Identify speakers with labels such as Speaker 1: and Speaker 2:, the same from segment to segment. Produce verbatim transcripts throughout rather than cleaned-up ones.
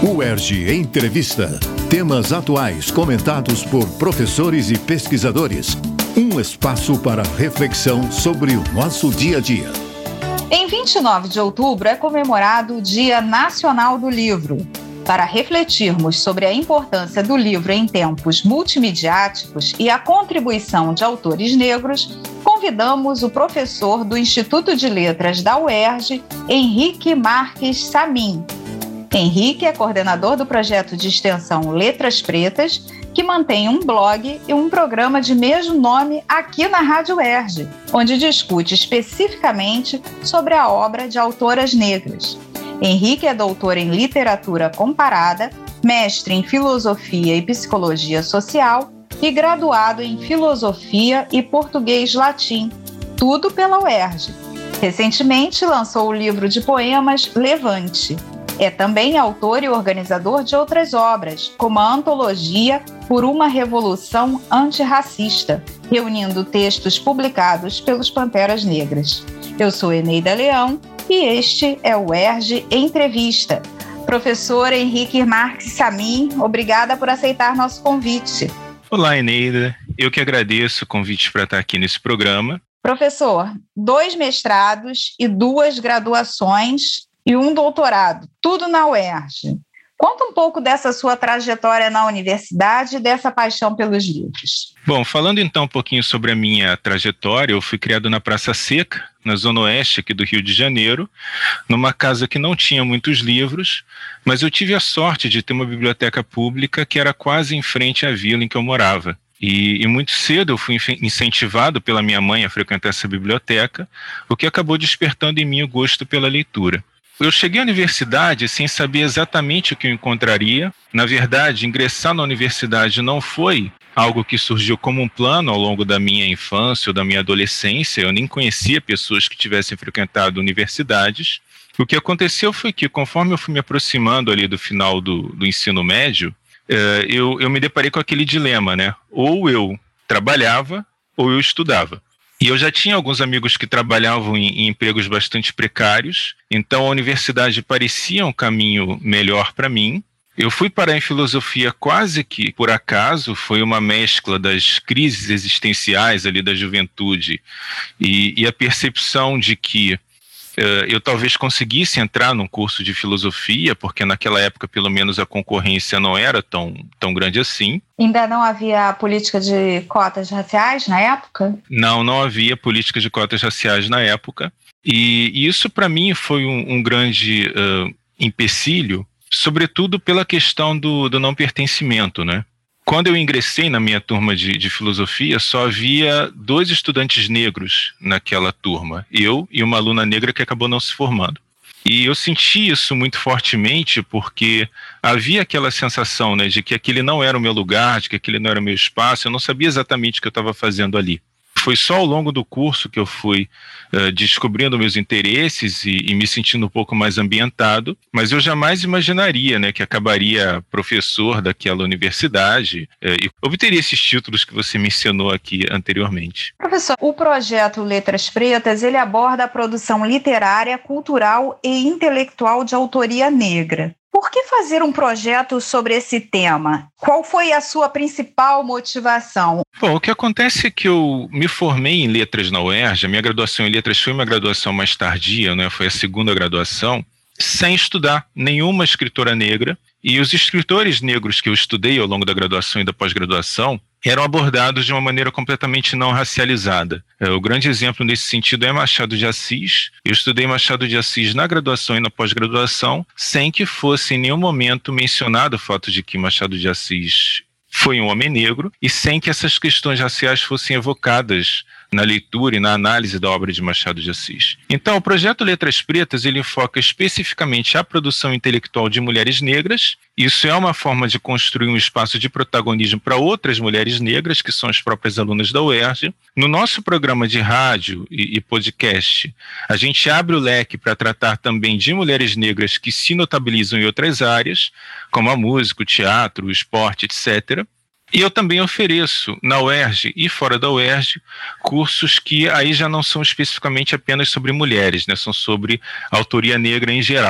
Speaker 1: U E R J Entrevista. Temas atuais comentados por professores e pesquisadores. Um espaço para reflexão sobre o nosso dia a dia.
Speaker 2: Em vinte e nove de outubro é comemorado o Dia Nacional do Livro. Para refletirmos sobre a importância do livro em tempos multimediáticos e a contribuição de autores negros, convidamos o professor do Instituto de Letras da U E R J, Henrique Marques Samin. Henrique é coordenador do projeto de extensão Letras Pretas, que mantém um blog e um programa de mesmo nome aqui na Rádio U E R J, onde discute especificamente sobre a obra de autoras negras. Henrique é doutor em literatura comparada, mestre em filosofia e psicologia social e graduado em filosofia e português latim, tudo pela U E R J. Recentemente lançou o livro de poemas Levante. É também autor e organizador de outras obras, como a antologia Por uma Revolução Antirracista, reunindo textos publicados pelos Panteras Negras. Eu sou Eneida Leão e este é o U E R J Entrevista. Professor Henrique Marques Samin, obrigada por aceitar nosso convite.
Speaker 3: Olá, Eneida. Eu que agradeço o convite para estar aqui nesse programa.
Speaker 2: Professor, dois mestrados e duas graduações e um doutorado, tudo na U E R J. Conta um pouco dessa sua trajetória na universidade e dessa paixão pelos livros.
Speaker 3: Bom, falando então um pouquinho sobre a minha trajetória, eu fui criado na Praça Seca, na Zona Oeste aqui do Rio de Janeiro, numa casa que não tinha muitos livros, mas eu tive a sorte de ter uma biblioteca pública que era quase em frente à vila em que eu morava. E, e muito cedo eu fui incentivado pela minha mãe a frequentar essa biblioteca, o que acabou despertando em mim o gosto pela leitura. Eu cheguei à universidade sem saber exatamente o que eu encontraria. Na verdade, ingressar na universidade não foi algo que surgiu como um plano ao longo da minha infância ou da minha adolescência. Eu nem conhecia pessoas que tivessem frequentado universidades. O que aconteceu foi que, conforme eu fui me aproximando ali do final do, do ensino médio, eh, eu, eu me deparei com aquele dilema, né? Ou eu trabalhava ou eu estudava. E eu já tinha alguns amigos que trabalhavam em, em empregos bastante precários, então a universidade parecia um caminho melhor para mim. Eu fui parar em filosofia quase que por acaso, foi uma mescla das crises existenciais ali da juventude e, e a percepção de que Uh, eu talvez conseguisse entrar num curso de filosofia, porque naquela época, pelo menos, a concorrência não era tão, tão grande assim.
Speaker 2: Ainda não havia política de cotas raciais na época?
Speaker 3: Não, não havia política de cotas raciais na época. E, e isso, para mim, foi um, um grande uh, empecilho, sobretudo pela questão do, do não pertencimento, né? Quando eu ingressei na minha turma de, de filosofia, só havia dois estudantes negros naquela turma, eu e uma aluna negra que acabou não se formando. E eu senti isso muito fortemente porque havia aquela sensação, né, de que aquele não era o meu lugar, de que aquele não era o meu espaço, eu não sabia exatamente o que eu estava fazendo ali. Foi só ao longo do curso que eu fui uh, descobrindo meus interesses e, e me sentindo um pouco mais ambientado, mas eu jamais imaginaria, né, que acabaria professor daquela universidade uh, e obteria esses títulos que você mencionou aqui anteriormente.
Speaker 2: Professor, o projeto Letras Pretas, ele aborda a produção literária, cultural e intelectual de autoria negra. Por que fazer um projeto sobre esse tema? Qual foi a sua principal motivação?
Speaker 3: Bom, o que acontece é que eu me formei em letras na U E R J, a minha graduação em letras foi uma graduação mais tardia, né? Foi a segunda graduação, sem estudar nenhuma escritora negra, e os escritores negros que eu estudei ao longo da graduação e da pós-graduação eram abordados de uma maneira completamente não racializada. O grande exemplo nesse sentido é Machado de Assis. Eu estudei Machado de Assis na graduação e na pós-graduação, sem que fosse em nenhum momento mencionado o fato de que Machado de Assis foi um homem negro e sem que essas questões raciais fossem evocadas na leitura e na análise da obra de Machado de Assis. Então, o projeto Letras Pretas, ele enfoca especificamente a produção intelectual de mulheres negras. Isso é uma forma de construir um espaço de protagonismo para outras mulheres negras, que são as próprias alunas da U E R J. No nosso programa de rádio e, e podcast, a gente abre o leque para tratar também de mulheres negras que se notabilizam em outras áreas, como a música, o teatro, o esporte, etcétera. E eu também ofereço na U E R J e fora da U E R J cursos que aí já não são especificamente apenas sobre mulheres, né? São sobre autoria negra em geral.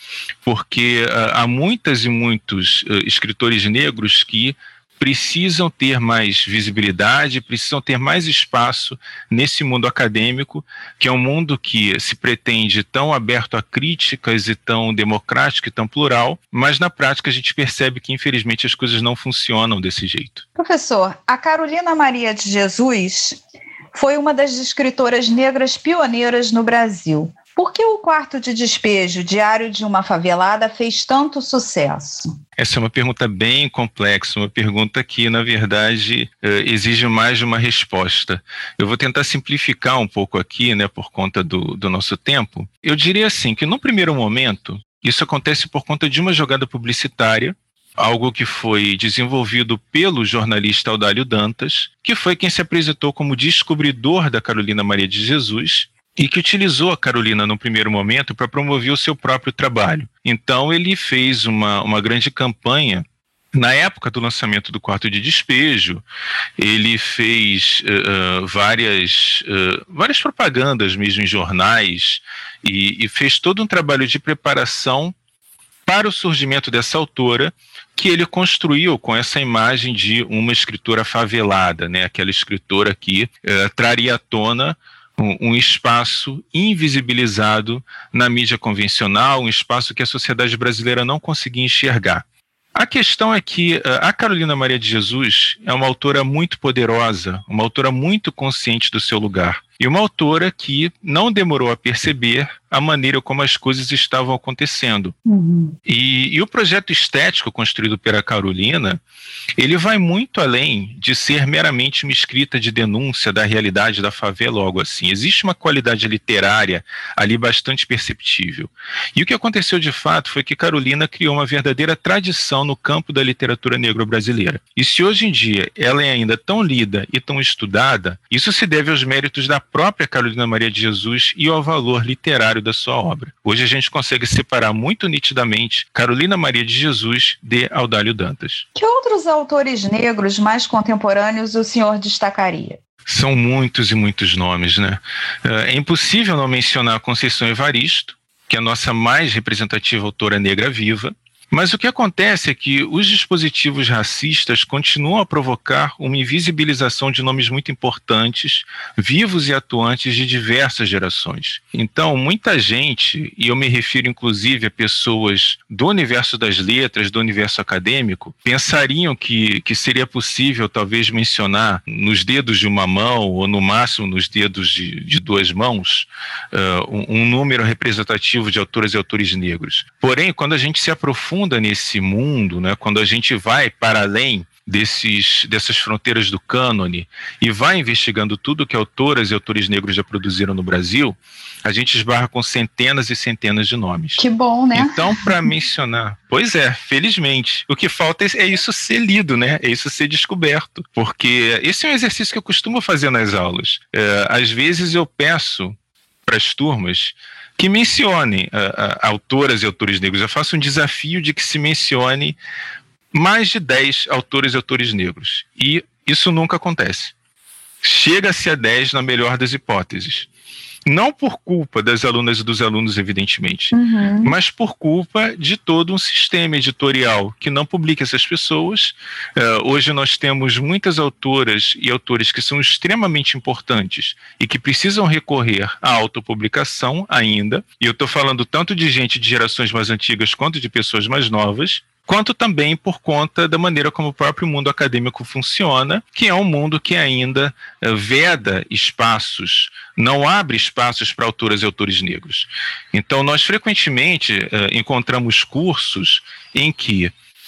Speaker 3: porque uh, há muitas e muitos uh, escritores negros que precisam ter mais visibilidade, precisam ter mais espaço nesse mundo acadêmico, que é um mundo que se pretende tão aberto a críticas e tão democrático e tão plural, mas na prática a gente percebe que infelizmente as coisas não funcionam desse jeito.
Speaker 2: Professor, a Carolina Maria de Jesus foi uma das escritoras negras pioneiras no Brasil. Por que o Quarto de Despejo, Diário de uma Favelada, fez tanto sucesso?
Speaker 3: Essa é uma pergunta bem complexa, uma pergunta que, na verdade, exige mais de uma resposta. Eu vou tentar simplificar um pouco aqui, né, por conta do, do nosso tempo. Eu diria assim, que no primeiro momento, isso acontece por conta de uma jogada publicitária, algo que foi desenvolvido pelo jornalista Audálio Dantas, que foi quem se apresentou como descobridor da Carolina Maria de Jesus, e que utilizou a Carolina no primeiro momento para promover o seu próprio trabalho. Então ele fez uma, uma grande campanha. Na época do lançamento do Quarto de Despejo, ele fez uh, várias, uh, várias propagandas mesmo em jornais e, e fez todo um trabalho de preparação para o surgimento dessa autora, que ele construiu com essa imagem de uma escritora favelada, né? Aquela escritora que uh, traria à tona um espaço invisibilizado na mídia convencional, um espaço que a sociedade brasileira não conseguia enxergar. A questão é que a Carolina Maria de Jesus é uma autora muito poderosa, uma autora muito consciente do seu lugar, e uma autora que não demorou a perceber a maneira como as coisas estavam acontecendo. Uhum. E, e o projeto estético construído pela Carolina, ele vai muito além de ser meramente uma escrita de denúncia da realidade da favela ou algo assim. Existe uma qualidade literária ali bastante perceptível. E o que aconteceu de fato foi que Carolina criou uma verdadeira tradição no campo da literatura negro-brasileira. E se hoje em dia ela é ainda tão lida e tão estudada, isso se deve aos méritos da própria Carolina Maria de Jesus e ao valor literário da sua obra. Hoje a gente consegue separar muito nitidamente Carolina Maria de Jesus de Audálio Dantas.
Speaker 2: Que outros autores negros mais contemporâneos o senhor destacaria?
Speaker 3: São muitos e muitos nomes, né? É impossível não mencionar a Conceição Evaristo, que é a nossa mais representativa autora negra viva. Mas o que acontece é que os dispositivos racistas continuam a provocar uma invisibilização de nomes muito importantes, vivos e atuantes de diversas gerações. Então, muita gente, e eu me refiro inclusive a pessoas do universo das letras, do universo acadêmico, pensariam que, que seria possível talvez mencionar nos dedos de uma mão, ou no máximo nos dedos de, de duas mãos, uh, um, um número representativo de autoras e autores negros. Porém, quando a gente se aprofunda nesse mundo, né, quando a gente vai para além desses, dessas fronteiras do cânone e vai investigando tudo que autoras e autores negros já produziram no Brasil, a gente esbarra com centenas e centenas de nomes.
Speaker 2: Que bom, né?
Speaker 3: Então, para mencionar... Pois é, felizmente. O que falta é isso ser lido, né? É isso ser descoberto. Porque esse é um exercício que eu costumo fazer nas aulas. É, às vezes eu peço para as turmas que mencionem uh, uh, autoras e autores negros. Eu faço um desafio de que se mencione mais de dez autores e autores negros. E isso nunca acontece. Chega-se a dez na melhor das hipóteses. Não por culpa das alunas e dos alunos, evidentemente, uhum. mas por culpa de todo um sistema editorial que não publica essas pessoas. Uh, hoje nós temos muitas autoras e autores que são extremamente importantes e que precisam recorrer à autopublicação ainda, e eu estou falando tanto de gente de gerações mais antigas quanto de pessoas mais novas, quanto também por conta da maneira como o próprio mundo acadêmico funciona, que é um mundo que ainda uh, veda espaços, não abre espaços para autoras e autores negros. Então, nós frequentemente uh, encontramos cursos em que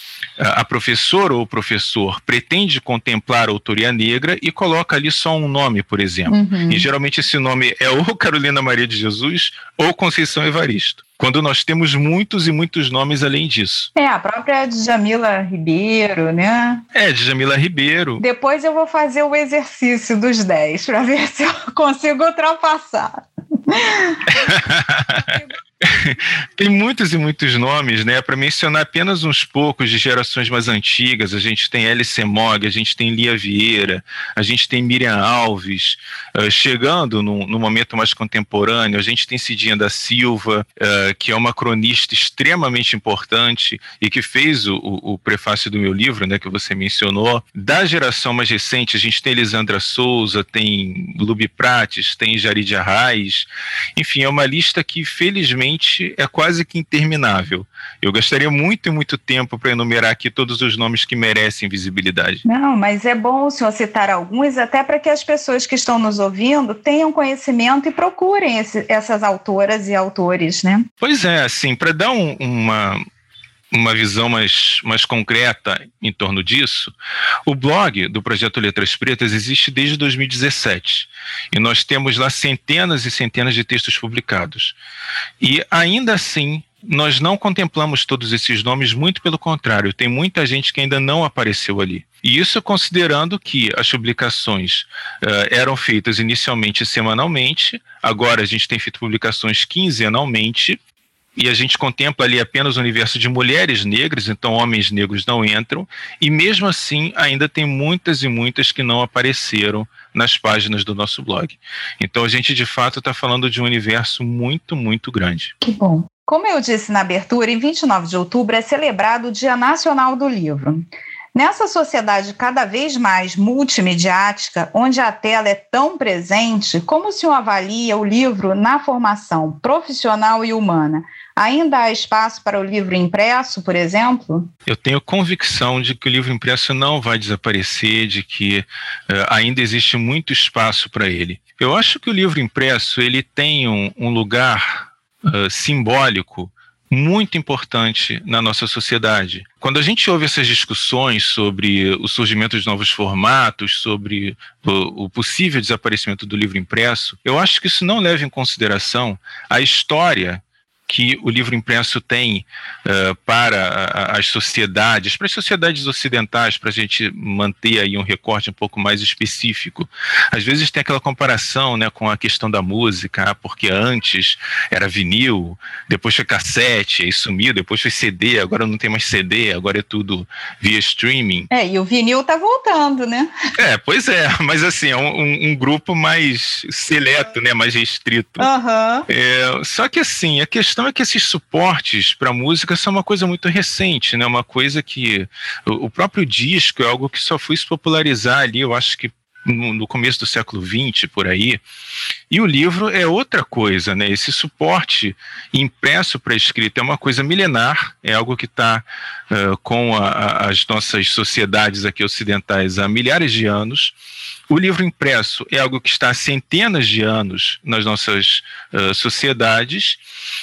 Speaker 3: a professora ou o professor pretende contemplar a autoria negra e coloca ali só um nome, por exemplo. Uhum. E geralmente esse nome é ou Carolina Maria de Jesus ou Conceição Evaristo, quando nós temos muitos e muitos nomes além disso.
Speaker 2: É, a própria Djamila Ribeiro, né?
Speaker 3: É, Djamila Ribeiro.
Speaker 2: Depois eu vou fazer o exercício dos dez para ver se eu consigo ultrapassar.
Speaker 3: Tem muitos e muitos nomes, né? Para mencionar apenas uns poucos de gerações mais antigas, a gente tem Alice Mogg, a gente tem Lia Vieira, a gente tem Miriam Alves. Uh, chegando no, no momento mais contemporâneo, a gente tem Cidinha da Silva, uh, que é uma cronista extremamente importante e que fez o, o, o prefácio do meu livro, né, que você mencionou. Da geração mais recente, a gente tem Elisandra Souza, tem Lubi Prates, tem Jarid Arraes. Enfim, é uma lista que, felizmente, é quase que interminável. Eu gastaria muito e muito tempo para enumerar aqui todos os nomes que merecem visibilidade.
Speaker 2: Não, mas é bom o senhor citar alguns, até para que as pessoas que estão nos ouvindo tenham conhecimento e procurem esse, essas autoras e autores, né?
Speaker 3: Pois é, assim, para dar um, uma... uma visão mais, mais concreta em torno disso, o blog do Projeto Letras Pretas existe desde dois mil e dezessete e nós temos lá centenas e centenas de textos publicados. E ainda assim, nós não contemplamos todos esses nomes, muito pelo contrário, tem muita gente que ainda não apareceu ali. E isso considerando que as publicações uh, eram feitas inicialmente semanalmente, agora a gente tem feito publicações quinzenalmente, e a gente contempla ali apenas o universo de mulheres negras, então homens negros não entram, e mesmo assim ainda tem muitas e muitas que não apareceram nas páginas do nosso blog. Então a gente de fato está falando de um universo muito, muito grande.
Speaker 2: Que bom. Como eu disse na abertura, em vinte e nove de outubro é celebrado o Dia Nacional do Livro. Nessa sociedade cada vez mais multimediática, onde a tela é tão presente, como o senhor avalia o livro na formação profissional e humana? Ainda há espaço para o livro impresso, por exemplo?
Speaker 3: Eu tenho convicção de que o livro impresso não vai desaparecer, de que uh, ainda existe muito espaço para ele. Eu acho que o livro impresso ele tem um, um lugar uh, simbólico muito importante na nossa sociedade. Quando a gente ouve essas discussões sobre o surgimento de novos formatos, sobre o, o possível desaparecimento do livro impresso, eu acho que isso não leva em consideração a história que o livro impresso tem uh, para a, as sociedades, para as sociedades ocidentais, para a gente manter aí um recorte um pouco mais específico. Às vezes tem aquela comparação, né, com a questão da música, porque antes era vinil, depois foi cassete, aí sumiu, depois foi C D, agora não tem mais C D, agora é tudo via streaming.
Speaker 2: É, e o vinil tá voltando, né?
Speaker 3: É, pois é, mas assim, é um, um grupo mais seleto, né, mais restrito.
Speaker 2: Uhum.
Speaker 3: É, só que assim, a questão A questão é que esses suportes para música são uma coisa muito recente, né? Uma coisa que o próprio disco é algo que só foi se popularizar ali, eu acho que no, no começo do século vinte, por aí. E o livro é outra coisa, né? Esse suporte impresso para escrita é uma coisa milenar, é algo que está uh, com a, a, as nossas sociedades aqui ocidentais há milhares de anos. O livro impresso é algo que está há centenas de anos nas nossas uh, sociedades,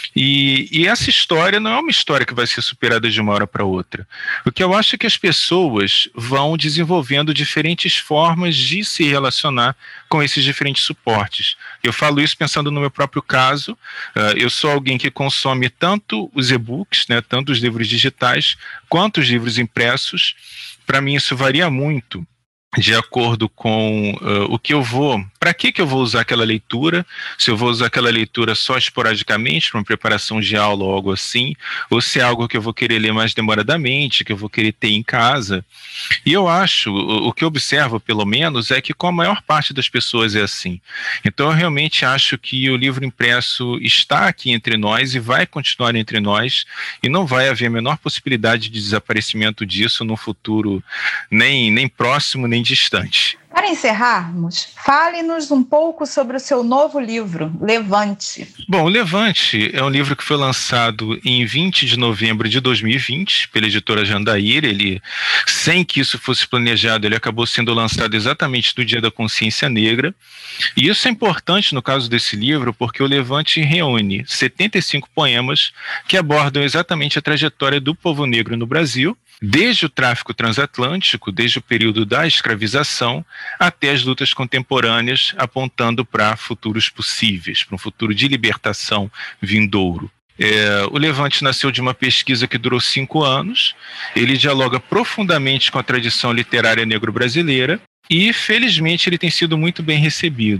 Speaker 3: e, e essa história não é uma história que vai ser superada de uma hora para outra. O que eu acho é que as pessoas vão desenvolvendo diferentes formas de se relacionar com esses diferentes suportes. Eu falo isso pensando no meu próprio caso. Uh, eu sou alguém que consome tanto os e-books, né, tanto os livros digitais, quanto os livros impressos. Para mim isso varia muito de acordo com uh, o que eu vou, para que que eu vou usar aquela leitura, se eu vou usar aquela leitura só esporadicamente, para uma preparação de aula ou algo assim, ou se é algo que eu vou querer ler mais demoradamente, que eu vou querer ter em casa. E eu acho, o, o que eu observo pelo menos, é que com a maior parte das pessoas é assim. Então eu realmente acho que o livro impresso está aqui entre nós e vai continuar entre nós, e não vai haver a menor possibilidade de desaparecimento disso no futuro, nem, nem próximo, nem distante.
Speaker 2: Para encerrarmos, fale-nos um pouco sobre o seu novo livro, Levante.
Speaker 3: Bom, o Levante é um livro que foi lançado em vinte de novembro de dois mil e vinte pela editora Jandaíra. Ele, sem que isso fosse planejado, ele acabou sendo lançado exatamente no Dia da Consciência Negra. E isso é importante no caso desse livro, porque o Levante reúne setenta e cinco poemas que abordam exatamente a trajetória do povo negro no Brasil, desde o tráfico transatlântico, desde o período da escravização, até as lutas contemporâneas, apontando para futuros possíveis, para um futuro de libertação vindouro. É, o Levante nasceu de uma pesquisa que durou cinco anos, ele dialoga profundamente com a tradição literária negro-brasileira e, felizmente, ele tem sido muito bem recebido.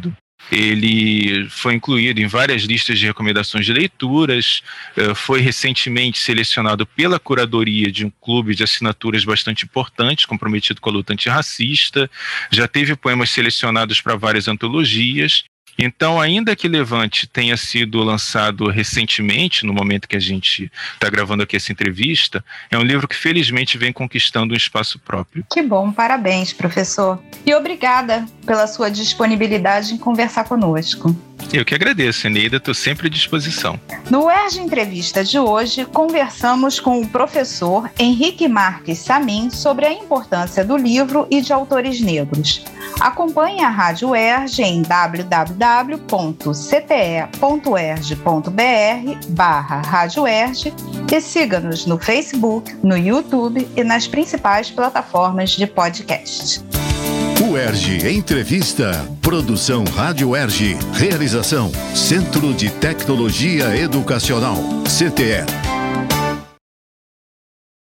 Speaker 3: Ele foi incluído em várias listas de recomendações de leituras, foi recentemente selecionado pela curadoria de um clube de assinaturas bastante importante, comprometido com a luta antirracista, já teve poemas selecionados para várias antologias. Então, ainda que Levante tenha sido lançado recentemente, no momento que a gente está gravando aqui essa entrevista, é um livro que felizmente vem conquistando um espaço próprio.
Speaker 2: Que bom, parabéns, professor. E obrigada pela sua disponibilidade em conversar conosco.
Speaker 3: Eu que agradeço, Eneida, estou sempre à disposição.
Speaker 2: No U E R J Entrevista de hoje, conversamos com o professor Henrique Marques Samin sobre a importância do livro e de autores negros. Acompanhe a Rádio U E R J em w w w ponto c t e ponto u e r j ponto b r barra Rádio U E R J e siga-nos no Facebook, no YouTube e nas principais plataformas de podcast.
Speaker 1: U E R J Entrevista. Produção Rádio U E R J. Realização Centro de Tecnologia Educacional, C T E.